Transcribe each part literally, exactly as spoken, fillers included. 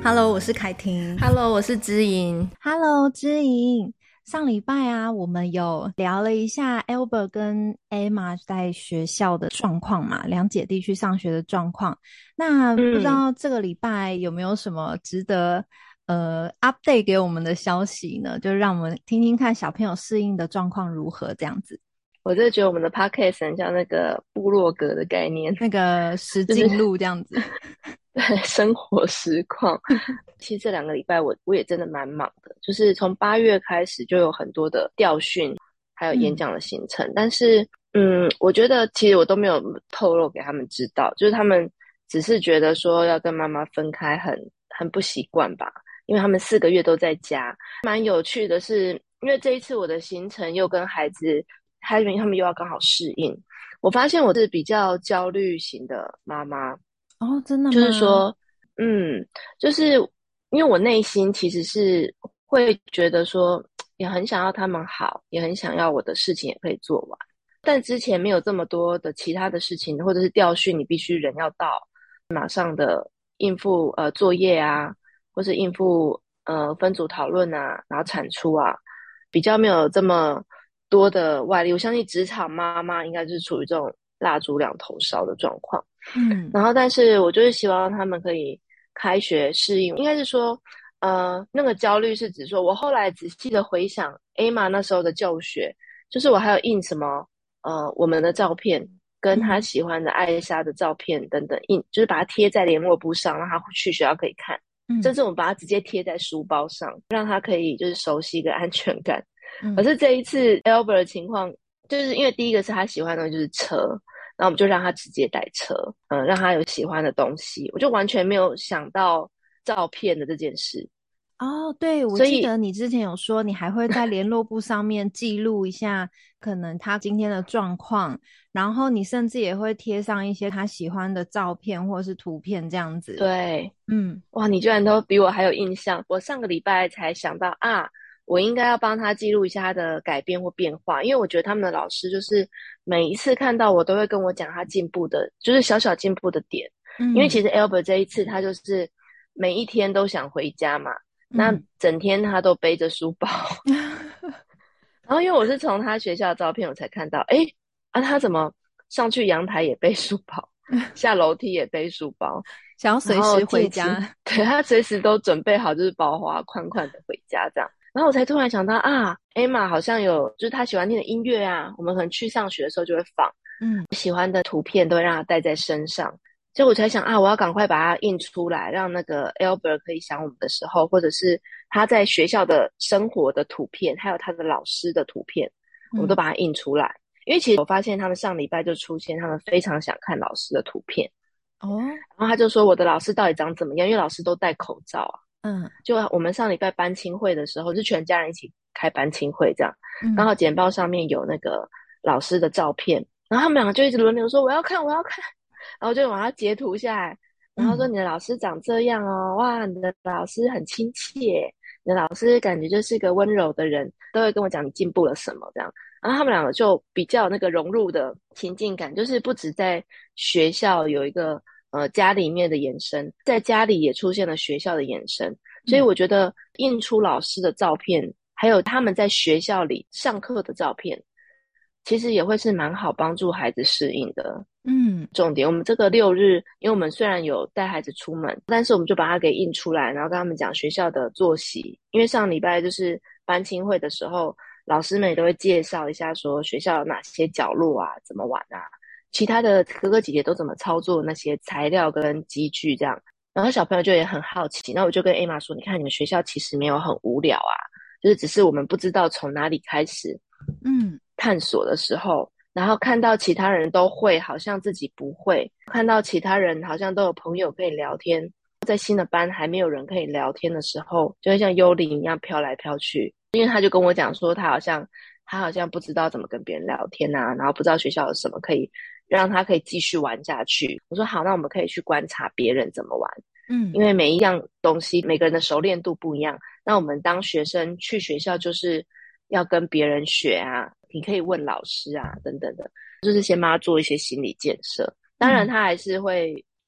Hello，我是凯婷。 Hello，我是知莹。 Hello，知莹。上礼拜啊，我们有聊了一下 Albert 跟 Emma 在学校的状况嘛，两姐弟去上学的状况。那不知嗯， 道这个礼拜有没有什么值得呃 update 给我们的消息呢？就让我们听听看小朋友适应的状况如何，这样子。 我真的觉得我们的 podcast 很像那个部落格的概念， 那个实就是境录这样子。 对生活实况。其实这两个礼拜我我也真的蛮忙的，就是从八月开始就有很多的调训，还有演嗯讲的行程。但是，嗯，我觉得其实我都没有透露给他们知道，就是他们只是觉得说要跟妈妈分开很很不习惯吧，因为他们四个月都在家。蛮有趣的是，因为这一次我的行程又跟孩子，孩子们他们又要刚好适应。我发现我是比较焦虑型的妈妈， 哦，真的就是吗？ 说，嗯，就是因为我内心其实是会觉得说，也很想要他们好，也很想要我的事情也可以做完，但之前没有这么多的其他的事情，或者是调训，你必须人要到，马上的应付呃作业啊，或是应付呃分组讨论啊，然后产出啊，比较没有这么多的外力。我相信职场妈妈应该就是处于这种蜡烛两头烧的状况。 嗯然后，但是我就是希望他们可以开学适应，应该是说，呃，那个焦虑是指说，我后来仔细的回想 Emma 那时候的教学，就是我还有印什么，呃，我们的照片，跟他嗯喜欢的艾莎的照片等等，印就是把它贴在联络簿上，让他去学校可以看，甚嗯至我们把它直接贴在书包上，让他可以就是熟悉一个安全感。可嗯。 是这一次 Albert 的情况，就是因为第一个是他喜欢的就是车，然后我们就让他直接带车，嗯、呃，让他有喜欢的东西，我就完全没有想到照片的这件事， 哦，对，我记所以得你之前有说，你还会在联络簿上面记录一下可能他今天的状况，然后你甚至也会贴上一些他喜欢的照片或是图片这样子。 对， 嗯哇，你居然都比我还有印象，我上个礼拜才想到啊，我应该要帮他记录一下他的改变或变化，因为我觉得他们的老师就是每一次看到我都会跟我讲他进步的，就是小小进步的点，因为其嗯实 Albert 这一次他就是每一天都想回家嘛。那嗯。 整天他都背着书包，然后因为我是从他学校的照片我才看到，诶，啊他怎么上去阳台也背书包，下楼梯也背书包， 想要然后随时回进寝， 家。 对，他随时都准备好就是包花款款的回家这样。然后我才突然想到啊，Emma 好像有就是他喜欢听的音乐啊，我们可能去上学的时候就会放嗯喜欢的图片，都会让他带在身上。所以我才想啊，我要赶快把它印出来，让那个 Albert 可以想我们的时候，或者是他在学校的生活的图片，还有他的老师的图片，我们都嗯。 把它印出来。因为其实我发现他们上礼拜就出现，他们非常想看老师的图片， 哦。 然后他就说我的老师到底长怎么样？因为老师都戴口罩啊。 嗯就我们上礼拜班亲会的时候，是全家人一起开班亲会，这样刚嗯好简报上面有那个老师的照片，然后他们两个就一直轮流说我要看，我要看，然后就把它截图下来，然后说嗯你的老师长这样哦，哇，你的老师很亲切，你的老师感觉就是个温柔的人，都会跟我讲你进步了什么这样。然后他们两个就比较有那个融入的情境感，就是不止在学校有一个呃家里面的延伸，在家里也出现了学校的延伸，所以嗯我觉得印出老师的照片，还有他们在学校里上课的照片，其实也会是蛮好帮助孩子适应的。 嗯重点，我们这个六日，因为我们虽然有带孩子出门，但是我们就把它给印出来，然后跟他们讲学校的作息。因为上礼拜就是班亲会的时候，老师们也都会介绍一下，说学校有哪些角落啊，怎么玩啊，其他的哥哥姐姐都怎么操作那些材料跟机具这样。然后小朋友就也很好奇，那我就跟 Emma 说，你看你们学校其实没有很无聊啊，就是只是我们不知道从哪里开始嗯探索的时候，然后看到其他人都会，好像自己不会；看到其他人好像都有朋友可以聊天，在新的班还没有人可以聊天的时候，就会像幽灵一样飘来飘去。因为他就跟我讲说，他好像他好像不知道怎么跟别人聊天啊，然后不知道学校有什么可以让他可以继续玩下去。我说好，那我们可以去观察别人怎么玩， 嗯因为每一样东西每个人的熟练度不一样。那我们当学生去学校就是要跟别人学啊，你可以问老师啊等等的，就是先帮他做一些心理建设。当然嗯他还是会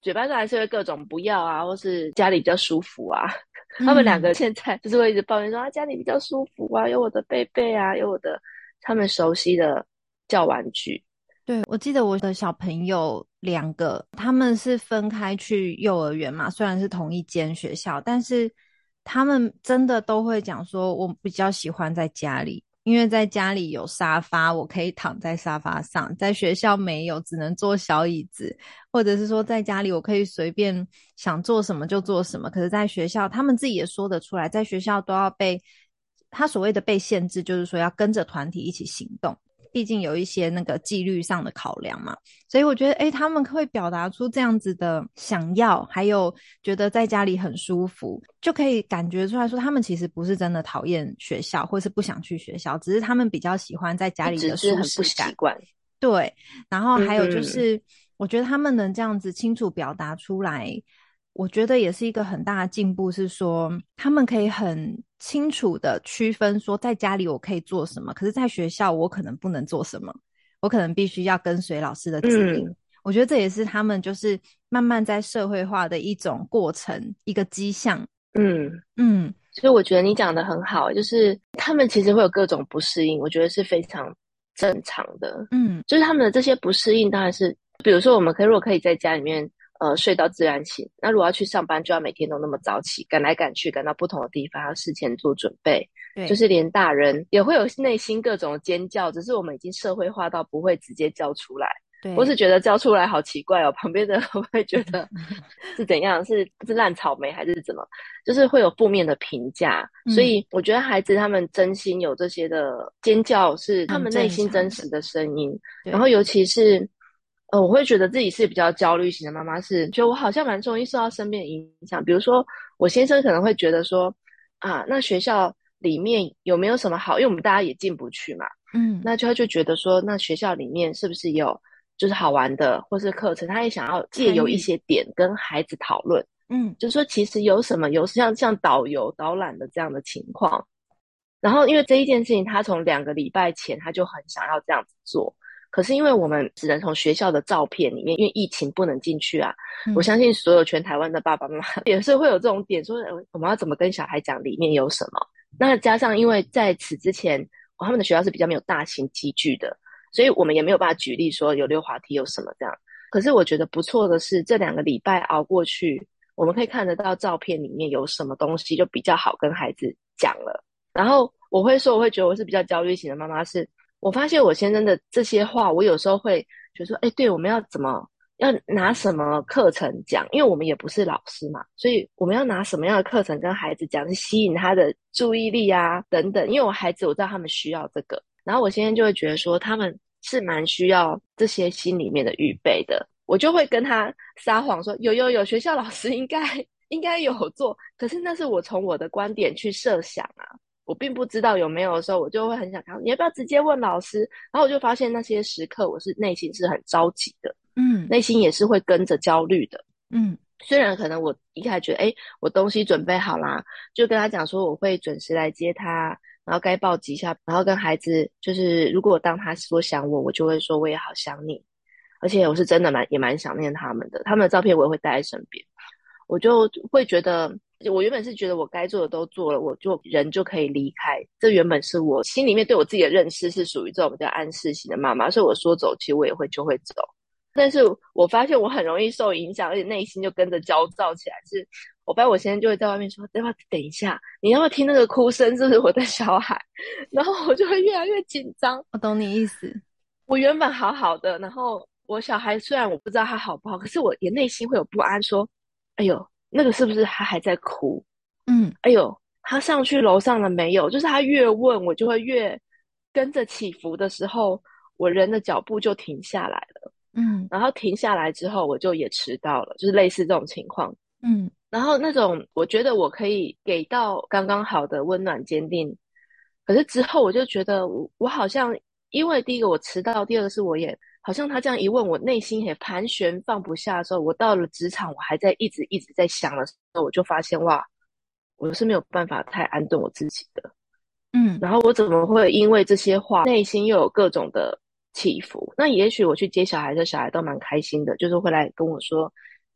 嘴巴上还是会各种不要啊，或是家里比较舒服啊。他们两嗯， 个现在就是会一直抱怨说啊，家里比较舒服啊，有我的贝贝啊，有我的他们熟悉的叫玩具。 对，我记得我的小朋友两个，他们是分开去幼儿园嘛，虽然是同一间学校，但是他们真的都会讲说，我比较喜欢在家里，因为在家里有沙发，我可以躺在沙发上，在学校没有，只能坐小椅子，或者是说在家里我可以随便想做什么就做什么，可是在学校，他们自己也说得出来，在学校都要被他所谓的被限制，就是说要跟着团体一起行动。毕竟有一些那个纪律上的考量嘛，所以我觉得，诶，他们会表达出这样子的想要，还有觉得在家里很舒服，就可以感觉出来说，他们其实不是真的讨厌学校，或是不想去学校，只是他们比较喜欢在家就只里的舒是很不适感。 习惯。 对，然后还有就嗯是，我觉得他们能这样子清楚表达出来，我觉得也是一个很大的进步，是说他们可以很清楚的区分说，在家里我可以做什么，可是在学校我可能不能做什么，我可能必须要跟随老师的指令。 嗯我觉得这也是他们就是慢慢在社会化的一种过程，一个迹象。 嗯， 嗯所以我觉得你讲的很好，就是他们其实会有各种不适应，我觉得是非常正常的。 嗯就是他们的这些不适应，当然是比如说我们可以如果可以在家里面呃睡到自然醒，那如果要去上班，就要每天都那么早起，赶来赶去，赶到不同的地方，要事前做准备。就对， 是连大人也会有内心各种尖叫，只是我们已经社会化到不会直接叫出来。我是对， 觉得叫出来好奇怪哦，旁边的人会不会觉得是怎样？是是烂草莓还是怎么？就是会有负面的评价。所嗯， 以我觉得孩子他们真心有这些的尖叫，是他们内很正常的。 心真实的声音。然后对， 尤其是呃，我会觉得自己是比较焦虑型的妈妈，是觉得我好像蛮容易受到身边的影响。比如说，我先生可能会觉得说啊，那学校里面有没有什么好？因为我们大家也进不去嘛， 嗯， 那就他就觉得说，那学校里面是不是有就是好玩的或是课程？他也想要借由一参与， 些点跟孩子讨论， 嗯就是说其实有什么有像像导游导览的这样的情况。然后因为这一件事情，他从两个礼拜前他就很想要这样子做，可是因为我们只能从学校的照片里面，因为疫情不能进去啊。我嗯相信所有全台湾的爸爸妈妈也是会有这种点，说呃我们要怎么跟小孩讲里面有什么？那加上因为在此之前，哦他们的学校是比较没有大型机具的，所以我们也没有办法举例说有溜滑梯有什么这样。可是我觉得不错的是，这两个礼拜熬过去，我们可以看得到照片里面有什么东西，就比较好跟孩子讲了。然后我会说，我会觉得我是比较焦虑型的妈妈，是我发现我先生的这些话，我有时候会觉得说，哎，对，我们要怎么要拿什么课程讲？因为我们也不是老师嘛，所以我们要拿什么样的课程跟孩子讲，是吸引他的注意力啊等等。因为我孩子我知道他们需要这个，然后我先生就会觉得说，他们是蛮需要这些心里面的预备的。我就会跟他撒谎说，有有有，学校老师应该应该有做，可是那是我从我的观点去设想啊。我并不知道有没有的时候，我就会很想看，你要不要直接问老师？然后我就发现那些时刻，我是内心是很着急的， 嗯内心也是会跟着焦虑的。 嗯虽然可能我一开始觉得，哎，我东西准备好啦，就跟他讲说我会准时来接他，然后该报几下，然后跟孩子就是，如果当他说想我，我就会说我也好想你，而且我是真的蛮也蛮想念他们的，他们的照片我也会带在身边。我就会觉得，我原本是觉得我该做的都做了，我就人就可以离开。这原本是我心里面对我自己的认识，是属于这种比较暗示型的妈妈，所以我说走，其实我也会就会走。但是我发现我很容易受影响，而且内心就跟着焦躁起来。是我发现我现在就会在外面说：要不要等一下？你要不要听那个哭声？是不是我的小孩？然后我就会越来越紧张。 我懂你意思。 我原本好好的，然后我小孩虽然我不知道他好不好，可是我也内心会有不安，说：哎呦，那个是不是他还在哭？ 嗯哎呦，他上去楼上了没有？就是他越问我，就会越跟着起伏的时候，我人的脚步就停下来了。 嗯然后停下来之后，我就也迟到了，就是类似这种情况。 嗯然后那种我觉得我可以给到刚刚好的温暖坚定，可是之后我就觉得我我好像因为第一个我迟到，第二个是我也好像他这样一问，我内心也盘旋放不下的时候，我到了职场，我还在一直一直在想的时候，我就发现哇，我是没有办法太安顿我自己的。 嗯然后我怎么会因为这些话，内心又有各种的起伏？那也许我去接小孩的小孩都蛮开心的，就是会来跟我说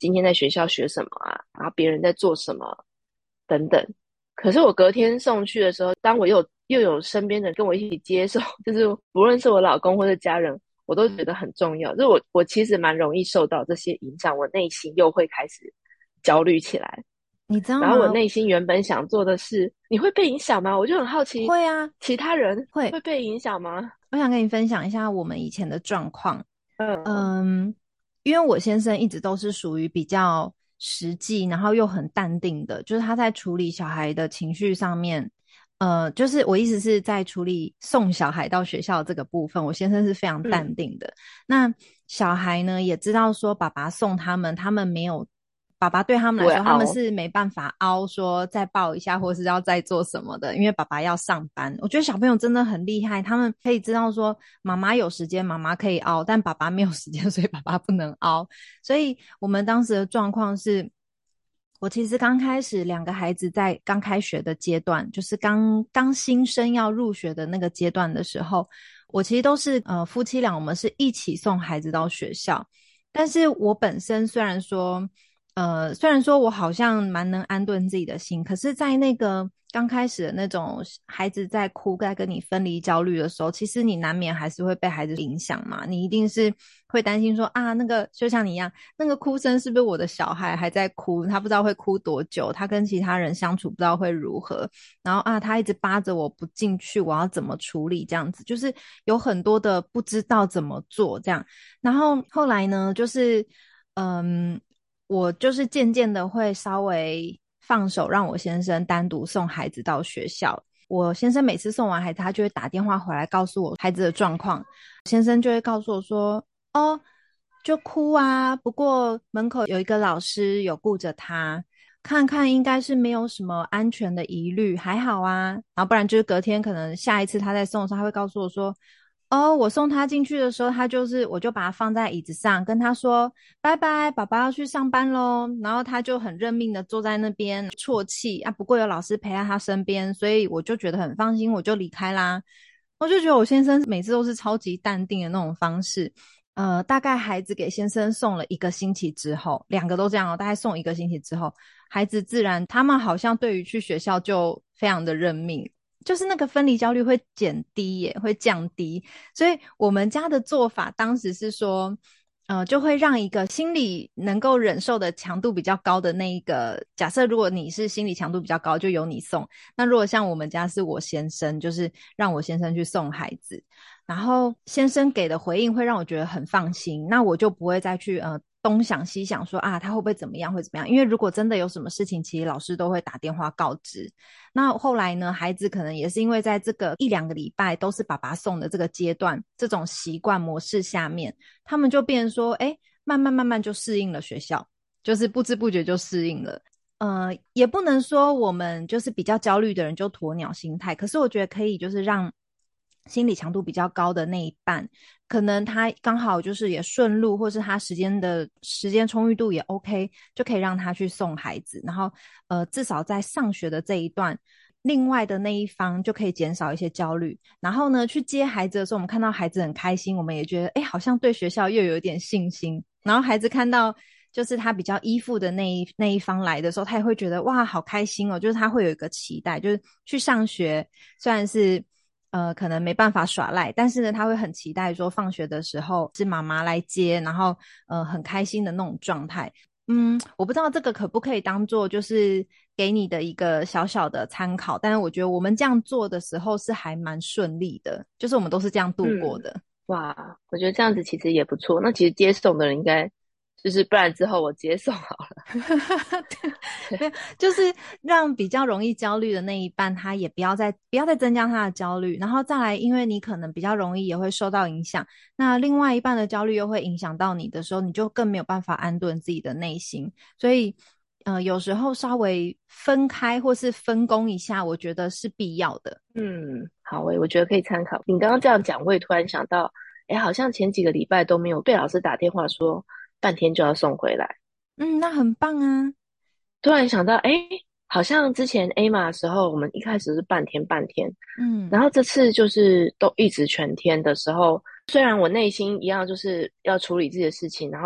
今天在学校学什么啊，然后别人在做什么等等。可是我隔天送去的时候，当我又又有身边的人跟我一起接受，就是不论是我老公或者家人，我都觉得很重要。就是我我其实蛮容易受到这些影响，我内心又会开始焦虑起来。 你知道吗？ 然后我内心原本想做的事，你会被影响吗？我就很好奇， 会啊， 其他人会。 会被影响吗？ 我想跟你分享一下我们以前的状况。 嗯嗯，因为我先生一直都是属于比较实际，然后又很淡定的，就是他在处理小孩的情绪上面，呃，就是我意思是在处理送小孩到学校这个部分，我先生是非常淡嗯， 定的。那小孩呢，也知道说爸爸送他们，他们没有。爸爸对他们不来说，他们会熬。 是没办法凹说再抱一下，或是要再做什么的，因为爸爸要上班。我觉得小朋友真的很厉害，他们可以知道说妈妈有时间，妈妈可以凹，但爸爸没有时间，所以爸爸不能凹。所以我们当时的状况是，我其实刚开始两个孩子在刚开学的阶段，就是刚刚新生要入学的那个阶段的时候，我其实都是呃夫妻俩，我们是一起送孩子到学校。但是我本身虽然说，呃，虽然说我好像蛮能安顿自己的心，可是在那个刚开始的那种孩子在哭、在跟你分离焦虑的时候，其实你难免还是会被孩子影响嘛。你一定是会担心说啊，那个就像你一样，那个哭声是不是我的小孩还在哭？他不知道会哭多久，他跟其他人相处不知道会如何。然后啊，他一直扒着我不进去，我要怎么处理？这样子就是有很多的不知道怎么做这样。然后后来呢，就是嗯，我就是渐渐的会稍微放手，让我先生单独送孩子到学校。我先生每次送完孩子，他就会打电话回来告诉我孩子的状况。先生就会告诉我说：“哦，就哭啊，不过门口有一个老师有顾着他，看看应该是没有什么安全的疑虑，还好啊。”然后不然就是隔天可能下一次他再送的时候，他会告诉我说：“哦，我送他进去的时候，他就是我就把他放在椅子上，跟他说拜拜，爸爸要去上班咯。”然后他就很认命的坐在那边啜泣啊。不过有老师陪在他身边，所以我就觉得很放心，我就离开啦。我就觉得我先生每次都是超级淡定的那种方式。呃，大概孩子给先生送了一个星期之后，两个都这样哦，大概送一个星期之后，孩子自然他们好像对于去学校就非常的认命，就是那个分离焦虑会减低耶，会降低。所以我们家的做法当时是说，呃，就会让一个心理能够忍受的强度比较高的那一个，假设如果你是心理强度比较高，就由你送。那如果像我们家是我先生，就是让我先生去送孩子，然后先生给的回应会让我觉得很放心，那我就不会再去呃东想西想说啊他会不会怎么样会怎么样，因为如果真的有什么事情，其实老师都会打电话告知。那后来呢，孩子可能也是因为在这个一两个礼拜都是爸爸送的这个阶段，这种习惯模式下面，他们就变成说，哎，慢慢慢慢就适应了学校，就是不知不觉就适应了。呃，也不能说我们就是比较焦虑的人就鸵鸟心态，可是我觉得可以就是让心理强度比较高的那一半，可能他刚好就是也顺路，或是他时间的时间充裕度也 OK，就可以让他去送孩子，然后呃，至少在上学的这一段，另外的那一方就可以减少一些焦虑。然后呢，去接孩子的时候，我们看到孩子很开心，我们也觉得哎，好像对学校又有一点信心。然后孩子看到就是他比较依附的那一那一方来的时候，他也会觉得哇，好开心哦！就是他会有一个期待，就是去上学，虽然是呃可能没办法耍赖，但是呢，他会很期待说放学的时候是妈妈来接，然后呃很开心的那种状态。嗯，我不知道这个可不可以当做就是给你的一个小小的参考，但是我觉得我们这样做的时候是还蛮顺利的，就是我们都是这样度过嗯， 的。 哇，我觉得这样子其实也不错。那其实接送的人应该就是不然之后我接送好了。 没有，就是让比较容易焦虑的那一半，他也不要再不要再增加他的焦虑，然后再来，因为你可能比较容易也会受到影响，那另外一半的焦虑又会影响到你的时候，你就更没有办法安顿自己的内心，所以，呃，有时候稍微分开或是分工一下，我觉得是必要的。 嗯，好诶，我觉得可以参考。你刚刚这样讲，我也突然想到，诶，好像前几个礼拜都没有被老师打电话说半天就要送回来。 嗯，那很棒啊。 突然想到，诶，好像之前 A 玛的时候，我们一开始是半天半天， 嗯然后这次就是都一直全天的时候，虽然我内心一样就是要处理自己的事情，然后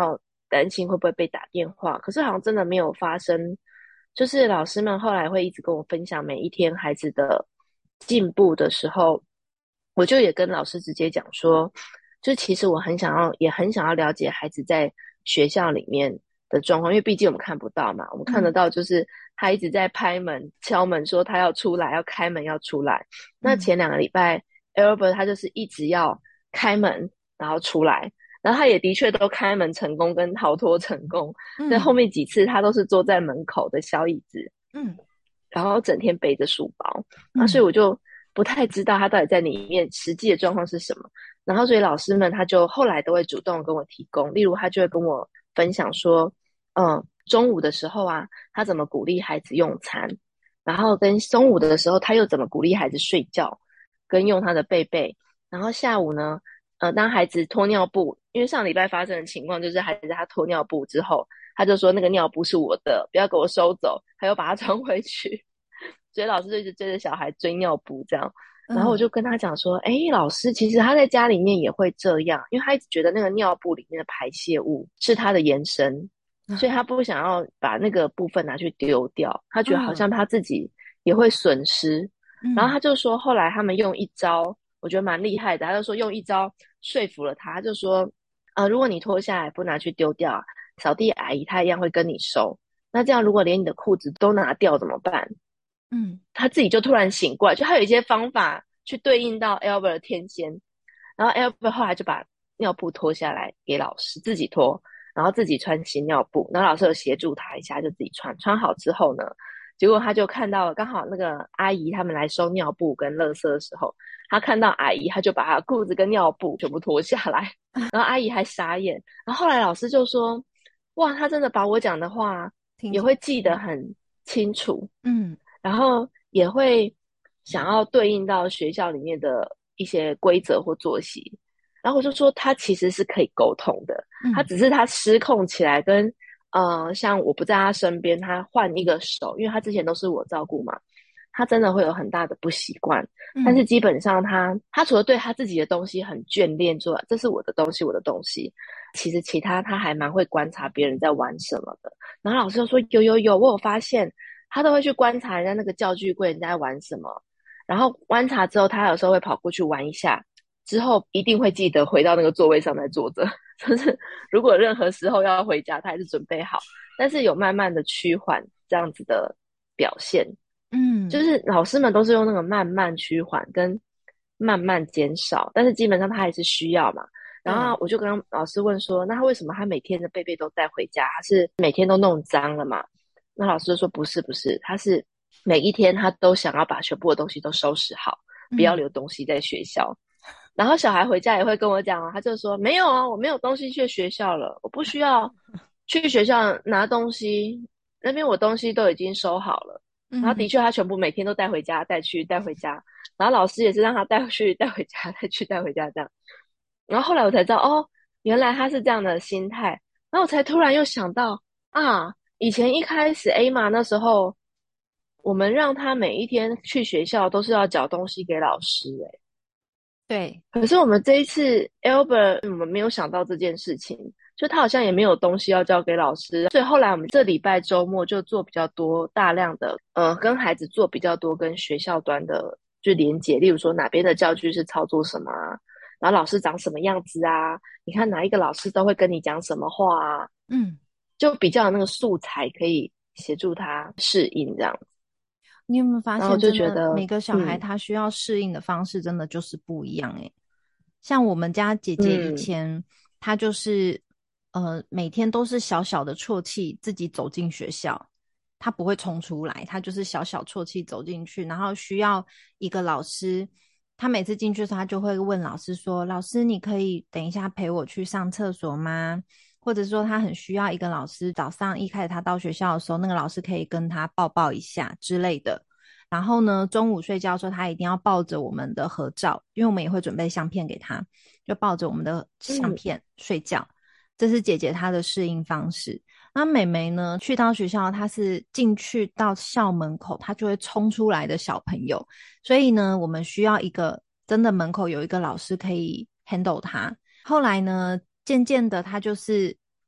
担心会不会被打电话，可是好像真的没有发生。就是老师们后来会一直跟我分享每一天孩子的进步的时候，我就也跟老师直接讲说，就其实我很想要，也很想要了解孩子在学校里面的状况，因为毕竟我们看不到嘛，我们看得到就是他一直在拍门、敲门，说他要出来，要开门，要出来。那前两个礼拜 Albert 他就是一直要开门，然后出来。然后他也的确都开门成功跟逃脱成功，在、嗯、后面几次他都是坐在门口的小椅子，嗯，然后整天背着书包，那、嗯、所以我就不太知道他到底在里面实际的状况是什么。然后所以老师们他就后来都会主动跟我提供，例如他就会跟我分享说，嗯，中午的时候啊，他怎么鼓励孩子用餐，然后跟中午的时候他又怎么鼓励孩子睡觉，跟用他的被被，然后下午呢。呃，当孩子脱尿布，因为上礼拜发生的情况就是孩子他脱尿布之后，他就说那个尿布是我的，不要给我收走，他又把它穿回去，所以老师就一直追着小孩追尿布这样。然后我就跟他讲说，哎、嗯，老师，其实他在家里面也会这样，因为他一直觉得那个尿布里面的排泄物是他的延伸，所以他不想要把那个部分拿去丢掉，他觉得好像他自己也会损失。嗯、然后他就说，后来他们用一招。我觉得蛮厉害的，他就说用一招说服了他，他就说，呃，如果你脱下来不拿去丢掉，扫地阿姨她一样会跟你收。那这样如果连你的裤子都拿掉怎么办？嗯，他自己就突然醒过来，就他有一些方法去对应到 Albert 的天仙。然后 Albert 后来就把尿布脱下来给老师自己脱，然后自己穿新尿布，然后老师有协助他一下，就自己穿。穿好之后呢，结果他就看到刚好那个阿姨他们来收尿布跟垃圾的时候，他看到阿姨，他就把他裤子跟尿布全部脱下来，然后阿姨还傻眼。然后后来老师就说，哇，他真的把我讲的话也会记得很清楚，嗯，然后也会想要对应到学校里面的一些规则或作息。然后我就说他其实是可以沟通的，嗯、他只是他失控起来跟呃，像我不在他身边，他换一个手，因为他之前都是我照顾嘛，他真的会有很大的不习惯。嗯、但是基本上他他除了对他自己的东西很眷恋之外，这是我的东西，我的东西。其实其他他还蛮会观察别人在玩什么的。然后老师就说有有有，我有发现他都会去观察人家那个教具柜人家在玩什么，然后观察之后，他有时候会跑过去玩一下，之后一定会记得回到那个座位上再坐着。就是如果任何时候要回家，他还是准备好，但是有慢慢的趋缓这样子的表现。嗯，就是老师们都是用那个慢慢趋缓跟慢慢减少，但是基本上他还是需要嘛。然后我就跟老师问说，那他为什么他每天的被被都带回家？他是每天都弄脏了嘛？那老师就说不是不是，他是每一天他都想要把全部的东西都收拾好，不要留东西在学校。嗯，然后小孩回家也会跟我讲，他就说没有啊，我没有东西去学校了，我不需要去学校拿东西，那边我东西都已经收好了。然后的确他全部每天都带回家，带去带回家，然后老师也是让他带回去带回家，带去带回家这样。然后后来我才知道，哦，原来他是这样的心态。然后我才突然又想到啊，以前一开始 A 玛那时候我们让他每一天去学校都是要缴东西给老师诶、欸对， 可是我们这一次 Albert 我们没有想到这件事情，就他好像也没有东西要交给老师，所以后来我们这礼拜周末就做比较多大量的呃跟孩子做比较多跟学校端的就连结，例如说哪边的教具是操作什么啊，然后老师长什么样子啊，你看哪一个老师都会跟你讲什么话啊，嗯，就比较有那个素材可以协助他适应这样。 你有没有发现， 就觉得每个小孩他需要适应的方式真的就是不一样诶、嗯、像我们家姐姐以前，她、嗯、就是呃每天都是小小的啜泣自己走进学校，她不会冲出来，她就是小小啜泣走进去，然后需要一个老师。她每次进去的时候，她就会问老师说：“老师，你可以等一下陪我去上厕所吗？”或者说他很需要一个老师，早上一开始他到学校的时候，那个老师可以跟他抱抱一下之类的。然后呢，中午睡觉的时候，他一定要抱着我们的合照，因为我们也会准备相片给他，就抱着我们的相片睡觉。嗯、这是姐姐她的适应方式。那妹妹呢，去到学校，她是进去到校门口，她就会冲出来的小朋友。所以呢，我们需要一个真的门口有一个老师可以 handle 她。后来呢，渐渐的，他就是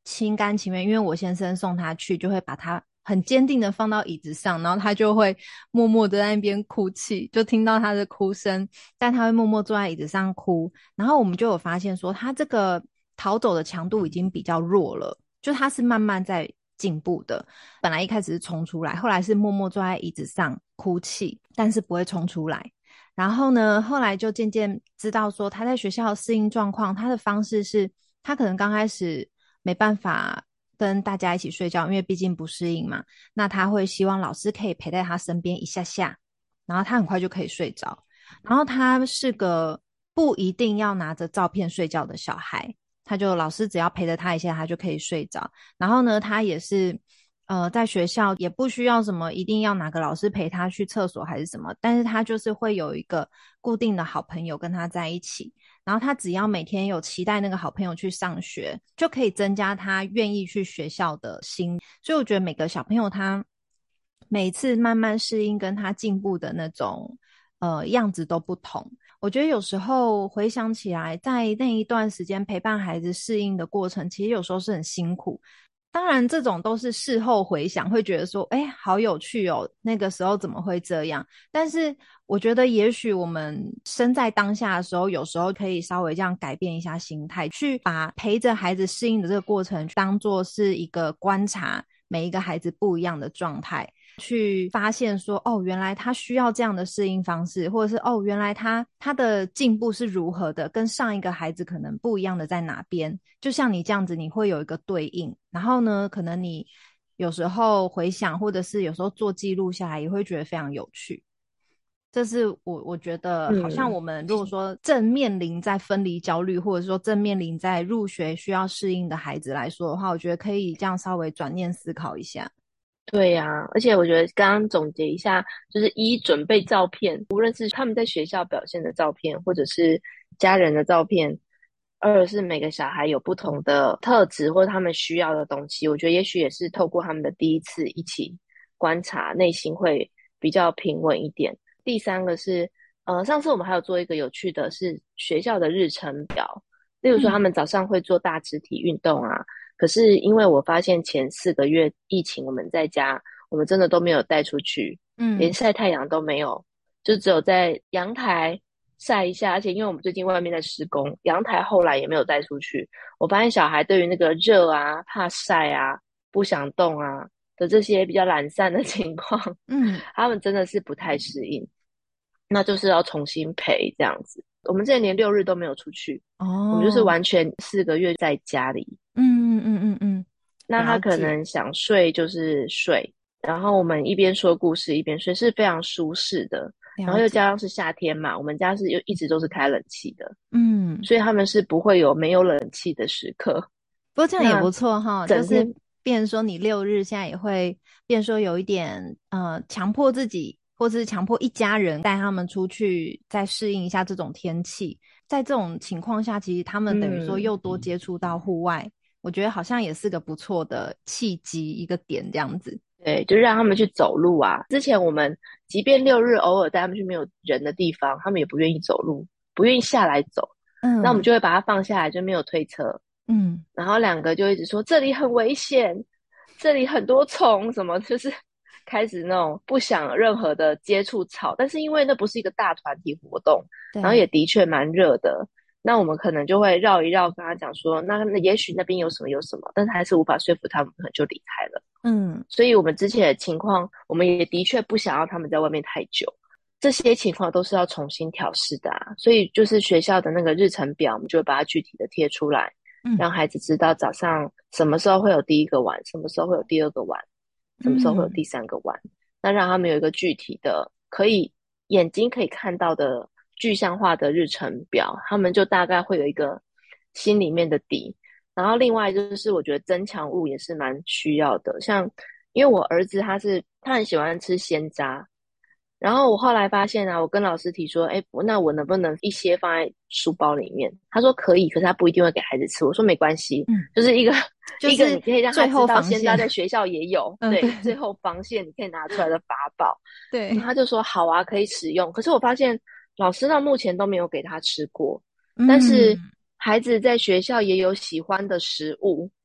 心甘情愿，因为我先生送他去，就会把他很坚定的放到椅子上，然后他就会默默的在那边哭泣，就听到他的哭声，但他会默默坐在椅子上哭。然后我们就有发现说，他这个逃走的强度已经比较弱了，就他是慢慢在进步的。本来一开始是冲出来，后来是默默坐在椅子上哭泣，但是不会冲出来。然后呢，后来就渐渐知道说他在学校的适应状况，他的方式是他可能刚开始没办法跟大家一起睡觉，因为毕竟不适应嘛，那他会希望老师可以陪在他身边一下下，然后他很快就可以睡着。然后他是个不一定要拿着照片睡觉的小孩，他就老师只要陪着他一下，他就可以睡着。然后呢，他也是呃，在学校也不需要什么一定要哪个老师陪他去厕所还是什么，但是他就是会有一个固定的好朋友跟他在一起，然后他只要每天有期待那个好朋友去上学，就可以增加他愿意去学校的心。所以我觉得每个小朋友他每次慢慢适应跟他进步的那种呃样子都不同。我觉得有时候回想起来，在那一段时间陪伴孩子适应的过程，其实有时候是很辛苦。当然这种都是事后回想会觉得说，哎，好有趣哦，那个时候怎么会这样。但是我觉得也许我们身在当下的时候，有时候可以稍微这样改变一下心态，去把陪着孩子适应的这个过程当作是一个观察每一个孩子不一样的状态，去发现说，哦，原来他需要这样的适应方式，或者是哦，原来他他的进步是如何的，跟上一个孩子可能不一样的在哪边。就像你这样子，你会有一个对应，然后呢，可能你有时候回想，或者是有时候做记录下来，也会觉得非常有趣。这是我我觉得，好像嗯， 我们如果说正面临在分离焦虑，或者说正面临在入学需要适应的孩子来说的话，我觉得可以这样稍微转念思考一下。 对呀，而且我觉得刚刚总结一下，就是一准备照片，无论是他们在学校表现的照片，或者是家人的照片；二是每个小孩有不同的特质或者他们需要的东西，我觉得也许也是透过他们的第一次一起观察，内心会比较平稳一点。第三个是，呃，上次我们还有做一个有趣的是学校的日程表，例如说他嗯们早上会做大肢体运动啊。可是因为我发现前四个月疫情，我们在家，我们真的都没有带出去，连嗯晒太阳都没有，就只有在阳台晒一下。而且因为我们最近外面在施工，阳台后来也没有带出去。我发现小孩对于那个热啊、怕晒啊、不想动啊的这些比较懒散的情况， 嗯， 他们真的是不太适应。那就是要重新陪这样子。我们之前连六日都没有出去，我们就是哦， 完全四个月在家里。 嗯嗯嗯嗯， 那他了解可能想睡就是睡，然后我们一边说故事一边睡，是非常舒适的。然后又了解， 加上是夏天嘛，我们家是又一直都是开冷气的， 嗯。 所以他们是不会有没有冷气的时刻。 不过这样也那不错哈，就是整天， 变成说你六日现在也会变成说有一点呃强迫自己，或是强迫一家人带他们出去，再适应一下这种天气。在这种情况下，其实他们等于说嗯， 又多接触到户外，我觉得好像也是个不错的契机，一个点这样子。 对，就让他们去走路啊。之前我们即便六日偶尔带他们去没有人的地方，他们也不愿意走路，不愿意下来走。那我们嗯就会把它放下来，就没有推车。 嗯然后两个就一直说这里很危险，这里很多虫，什么就是开始那种不想任何的接触草。但是因为那不是一个大团体活动，然后也对， 的确蛮热的，那我们可能就会绕一绕，跟他讲说，那那也许那边有什么有什么，但是还是无法说服他们，可能就离开了。 嗯所以我们之前的情况，我们也的确不想要他们在外面太久。这些情况都是要重新调试的啊，所以就是学校的那个日程表，我们就会把它具体的贴出来， 嗯让孩子知道早上什么时候会有第一个碗，什么时候会有第二个碗，什么时候会有嗯第三个碗。那让他们有一个具体的，可以眼睛可以看到的具象化的日程表，他们就大概会有一个心里面的底。然后另外就是我觉得增强物也是蛮需要的，像因为我儿子他是他很喜欢吃鲜渣，然后我后来发现啊，我跟老师提说，哎，那我能不能一些放在书包里面？他说可以，可是他不一定会给孩子吃。我说没关系， 嗯， 就是一个就是一个你可以让他最知道， 后防线。 现在在学校也有， 嗯，对对，最后防线你可以拿出来的法宝。嗯， 对， 他就说好啊，可以使用。可是我发现老师到目前都没有给他吃过，但是嗯孩子在学校也有喜欢的食物，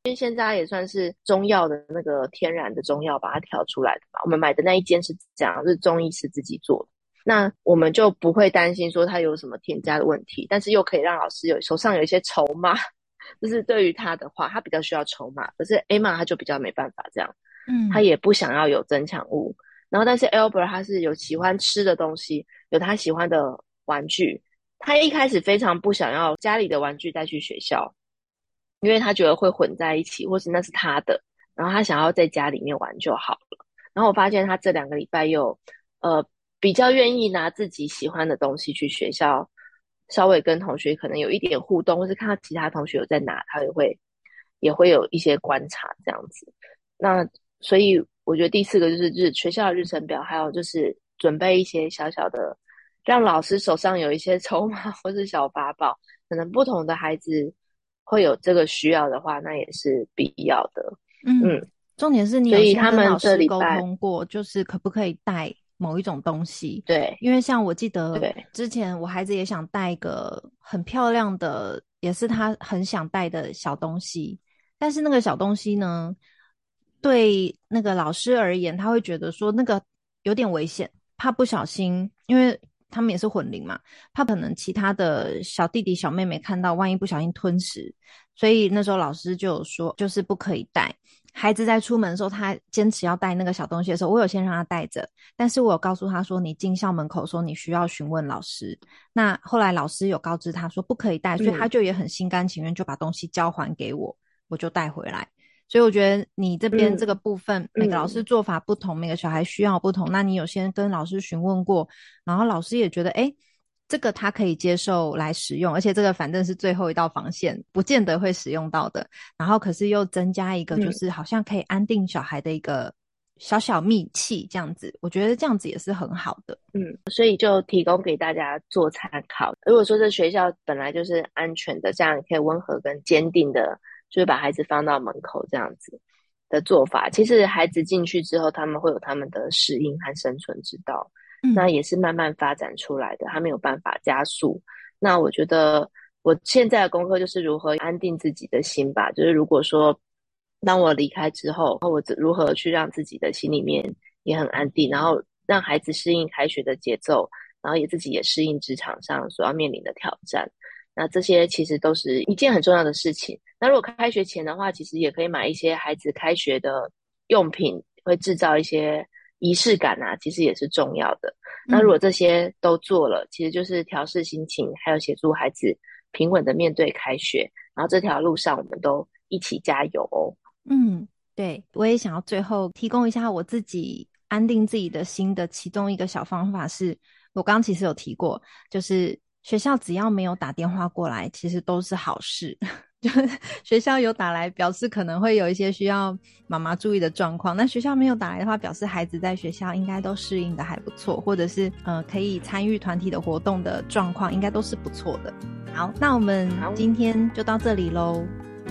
因为现在也算是中药的那个天然的中药把它调出来的嘛，我们买的那一间是这样，是中医师自己做的，那我们就不会担心说它有什么添加的问题，但是又可以让老师有手上有一些筹码，就是对于他的话他比较需要筹码，可是 Emma 他就比较没办法这样，嗯，他也不想要有增强物，然后但是 Albert 他是有喜欢吃的东西，有他喜欢的玩具，他一开始非常不想要家里的玩具带去学校，因为他觉得会混在一起，或是那是他的，然后他想要在家里面玩就好了。然后我发现他这两个礼拜又呃比较愿意拿自己喜欢的东西去学校，稍微跟同学可能有一点互动，或是看到其他同学有在拿，他也会也会有一些观察这样子。那所以我觉得第四个就是日学校的日程表，还有就是准备一些小小的，让老师手上有一些筹码或是小法宝，可能不同的孩子会有这个需要的话，那也是必要的。 嗯，嗯重点是你有先跟老师沟通过，就是可不可以带某一种东西？ 对， 因为像我记得之前我孩子也想带一个很漂亮的，也是他很想带的小东西，但是那个小东西呢，对那个老师而言，他会觉得说那个有点危险，怕不小心，因为他们也是混龄嘛，怕可能其他的小弟弟小妹妹看到，万一不小心吞食，所以那时候老师就有说，就是不可以带。孩子在出门的时候，他坚持要带那个小东西的时候，我有先让他带着，但是我有告诉他说，你进校门口说你需要询问老师。那后来老师有告知他说不可以带，所以他就也很心甘情愿就把东西交还给我，我就带回来。所以我觉得你这边这个部分、嗯、每个老师做法不同、嗯、每个小孩需要不同，那你有先跟老师询问过，然后老师也觉得诶这个他可以接受来使用，而且这个反正是最后一道防线，不见得会使用到的，然后可是又增加一个就是好像可以安定小孩的一个小小秘器这样子，我觉得这样子也是很好的。 嗯，所以就提供给大家做参考。如果说这学校本来就是安全的，这样可以温和跟坚定的就是把孩子放到门口这样子的做法，其实孩子进去之后他们会有他们的适应和生存之道、嗯、那也是慢慢发展出来的，他没有办法加速。那我觉得我现在的功课就是如何安定自己的心吧，就是如果说当我离开之后，我如何去让自己的心里面也很安定，然后让孩子适应开学的节奏，然后也自己也适应职场上所要面临的挑战，那这些其实都是一件很重要的事情。那如果开学前的话，其实也可以买一些孩子开学的用品，会制造一些仪式感啊，其实也是重要的。那如果这些都做了、嗯、其实就是调适心情，还有协助孩子平稳的面对开学，然后这条路上我们都一起加油哦。 嗯，对，我也想要最后提供一下我自己安定自己的心的其中一个小方法是，我刚刚其实有提过，就是学校只要没有打电话过来，其实都是好事。就是学校有打来，表示可能会有一些需要妈妈注意的状况，那学校没有打来的话，表示孩子在学校应该都适应的还不错，或者是呃可以参与团体的活动的状况应该都是不错的。好，那我们今天就到这里咯。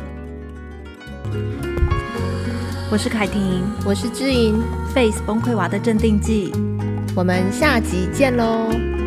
我是凯婷， 我是知莹， Face 崩溃娃的镇定剂， 我们下集见咯。